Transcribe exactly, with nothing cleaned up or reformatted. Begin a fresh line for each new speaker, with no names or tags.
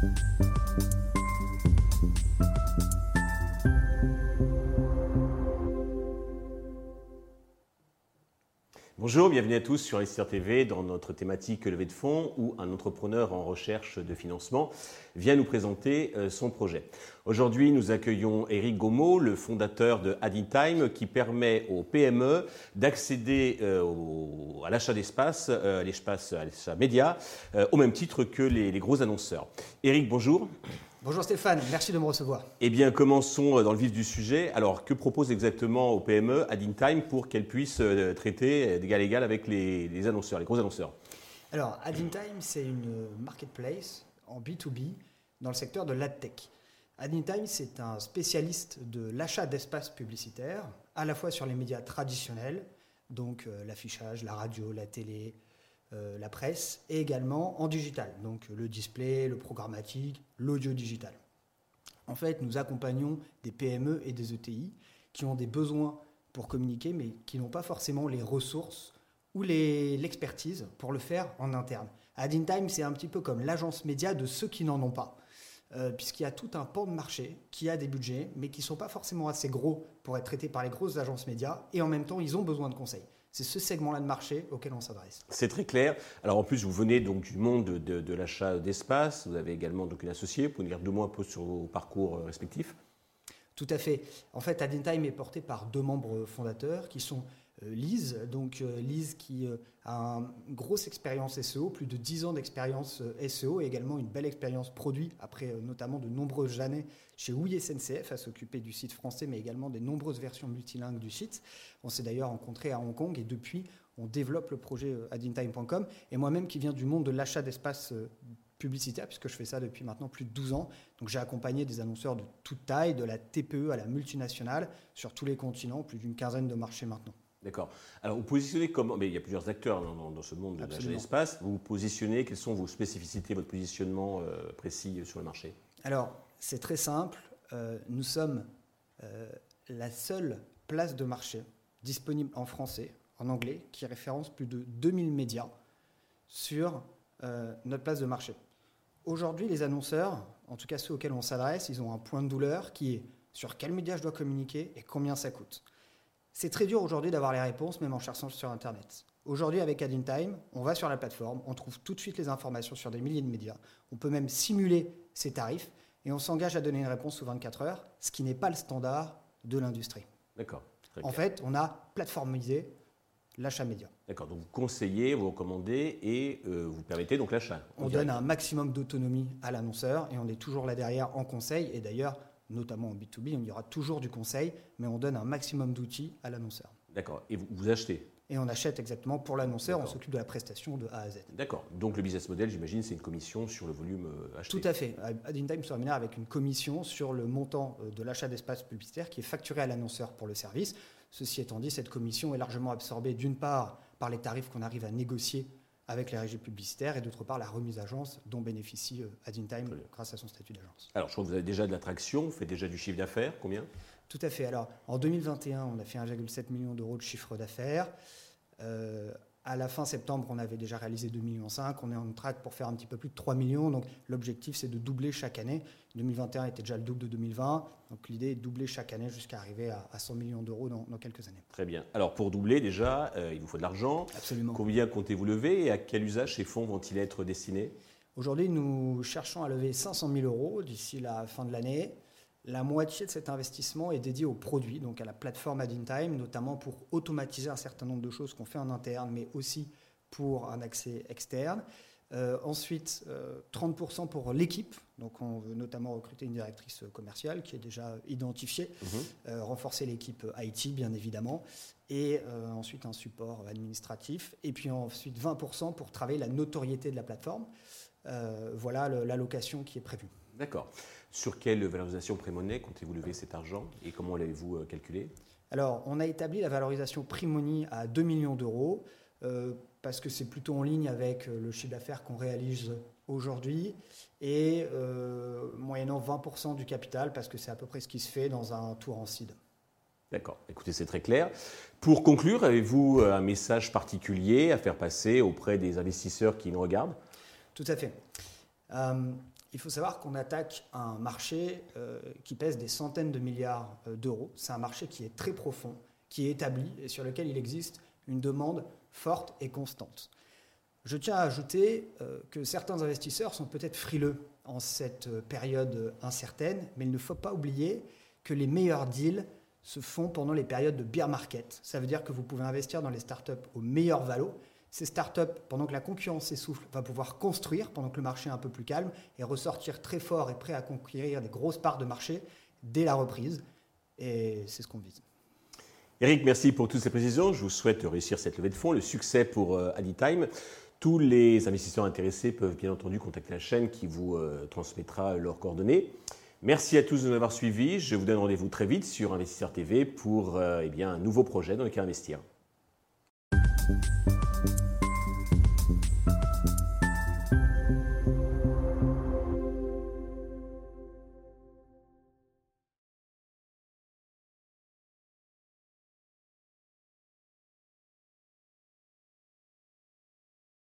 Bonjour, bienvenue à tous sur Investir T V dans notre thématique levée de fonds où un entrepreneur en recherche de financement vient nous présenter son projet. Aujourd'hui, nous accueillons Éric Gaumot, le fondateur de Addintime qui permet aux P M E d'accéder à l'achat d'espace, à l'espace, à l'achat média, au même titre que les, les gros annonceurs. Éric, bonjour.
Bonjour Stéphane, merci de me recevoir.
Eh bien, commençons dans le vif du sujet. Alors, que propose exactement aux P M E Addintime pour qu'elles puissent traiter d'égal à égal avec les, les annonceurs, les gros annonceurs?
Alors, Addintime, c'est une marketplace en B deux B dans le secteur de l'adtech. Addintime, c'est un spécialiste de l'achat d'espaces publicitaires, à la fois sur les médias traditionnels, donc euh, l'affichage, la radio, la télé, Euh, la presse, et également en digital, donc le display, le programmatique, l'audio digital. En fait, nous accompagnons des P M E et des E T I qui ont des besoins pour communiquer, mais qui n'ont pas forcément les ressources ou les, l'expertise pour le faire en interne. Addintime, c'est un petit peu comme l'agence média de ceux qui n'en ont pas, euh, puisqu'il y a tout un pan de marché qui a des budgets, mais qui ne sont pas forcément assez gros pour être traités par les grosses agences médias, et en même temps, ils ont besoin de conseils. C'est ce segment-là de marché auquel on s'adresse.
C'est très clair. Alors en plus, vous venez donc du monde de, de, de l'achat d'espace. Vous avez également donc une associée. Vous pouvez nous dire deux mots un peu sur vos parcours respectifs?
Tout à fait. En fait, Addintime est porté par deux membres fondateurs qui sont euh, Lise, donc euh, Lise qui euh, a une grosse expérience S E O, plus de dix ans d'expérience euh, S E O et également une belle expérience produit après euh, notamment de nombreuses années chez Oui S N C F à s'occuper du site français mais également des nombreuses versions multilingues du site. On s'est d'ailleurs rencontrés à Hong Kong et depuis on développe le projet euh, addintime point com et moi-même qui viens du monde de l'achat d'espace euh, publicitaire, puisque je fais ça depuis maintenant plus de douze ans. Donc j'ai accompagné des annonceurs de toute taille, de la T P E à la multinationale, sur tous les continents, plus d'une quinzaine de marchés maintenant.
D'accord. Alors vous positionnez comment? Mais il y a plusieurs acteurs dans, dans, dans ce monde de l'achat d'espace. Vous vous positionnez, quelles sont vos spécificités, votre positionnement euh, précis sur le marché?
Alors c'est très simple. Euh, nous sommes euh, la seule place de marché disponible en français, en anglais, qui référence plus de deux mille médias sur euh, notre place de marché. Aujourd'hui, les annonceurs, en tout cas ceux auxquels on s'adresse, ils ont un point de douleur qui est sur quel média je dois communiquer et combien ça coûte. C'est très dur aujourd'hui d'avoir les réponses, même en cherchant sur Internet. Aujourd'hui, avec Addintime, on va sur la plateforme, on trouve tout de suite les informations sur des milliers de médias. On peut même simuler ces tarifs et on s'engage à donner une réponse sous vingt-quatre heures, ce qui n'est pas le standard de l'industrie.
D'accord.
En fait, on a plateformisé l'achat média.
D'accord, donc vous conseillez, vous recommandez et euh, vous permettez donc l'achat.
On donne un maximum d'autonomie à l'annonceur et on est toujours là derrière en conseil. Et d'ailleurs, notamment en B deux B, on y aura toujours du conseil, mais on donne un maximum d'outils à l'annonceur.
D'accord, et vous, vous achetez?
Et on achète exactement pour l'annonceur, on s'occupe de la prestation de A à Z.
D'accord, donc le business model, j'imagine, c'est une commission sur le volume acheté.
Tout à fait. Addintime se rémunère avec une commission sur le montant de l'achat d'espace publicitaire qui est facturé à l'annonceur pour le service. Ceci étant dit, cette commission est largement absorbée d'une part par les tarifs qu'on arrive à négocier avec les régies publicitaires et d'autre part la remise d'agence dont bénéficie Addintime grâce à son statut d'agence.
Alors je crois que vous avez déjà de l'attraction, vous faites déjà du chiffre d'affaires, combien?
Tout à fait. Alors en deux mille vingt et un, on a fait un virgule sept million d'euros de chiffre d'affaires. Euh, à la fin septembre, on avait déjà réalisé deux virgule cinq millions. On est en track pour faire un petit peu plus de trois millions. Donc l'objectif, c'est de doubler chaque année. deux mille vingt et un était déjà le double de deux mille vingt. Donc l'idée est de doubler chaque année jusqu'à arriver à, à cent millions d'euros dans, dans quelques années.
Très bien. Alors pour doubler, déjà, euh, il vous faut de l'argent.
Absolument.
Combien comptez-vous lever et à quel usage ces fonds vont-ils être destinés?
Aujourd'hui, nous cherchons à lever cinq cent mille euros d'ici la fin de l'année. La moitié de cet investissement est dédiée aux produits, donc à la plateforme Addintime, notamment pour automatiser un certain nombre de choses qu'on fait en interne, mais aussi pour un accès externe. Euh, ensuite, euh, trente pour cent pour l'équipe. Donc on veut notamment recruter une directrice commerciale qui est déjà identifiée, mmh. euh, renforcer l'équipe I T bien évidemment, et euh, ensuite un support administratif. Et puis ensuite vingt pour cent pour travailler la notoriété de la plateforme. Euh, voilà le, l'allocation qui est prévue.
D'accord. Sur quelle valorisation pré-monnaie comptez-vous lever cet argent et comment l'avez-vous calculé?
Alors, on a établi la valorisation pré-money à deux millions d'euros euh, parce que c'est plutôt en ligne avec le chiffre d'affaires qu'on réalise aujourd'hui et euh, moyennant vingt pour cent du capital parce que c'est à peu près ce qui se fait dans un tour en seed.
D'accord. Écoutez, c'est très clair. Pour conclure, avez-vous un message particulier à faire passer auprès des investisseurs qui nous regardent?
Tout à fait. Euh, il faut savoir qu'on attaque un marché euh, qui pèse des centaines de milliards d'euros. C'est un marché qui est très profond, qui est établi et sur lequel il existe une demande forte et constante. Je tiens à ajouter euh, que certains investisseurs sont peut-être frileux en cette période incertaine, mais il ne faut pas oublier que les meilleurs deals se font pendant les périodes de bear market. Ça veut dire que vous pouvez investir dans les startups au meilleur valo. Ces startups, pendant que la concurrence s'essouffle, va pouvoir construire pendant que le marché est un peu plus calme et ressortir très fort et prêt à conquérir des grosses parts de marché dès la reprise. Et c'est ce qu'on vise.
Eric, merci pour toutes ces précisions. Je vous souhaite réussir cette levée de fonds, le succès pour euh, Anytime. Tous les investisseurs intéressés peuvent bien entendu contacter la chaîne qui vous euh, transmettra leurs coordonnées. Merci à tous de nous avoir suivis. Je vous donne rendez-vous très vite sur Investisseur T V pour euh, eh bien, un nouveau projet dans lequel investir.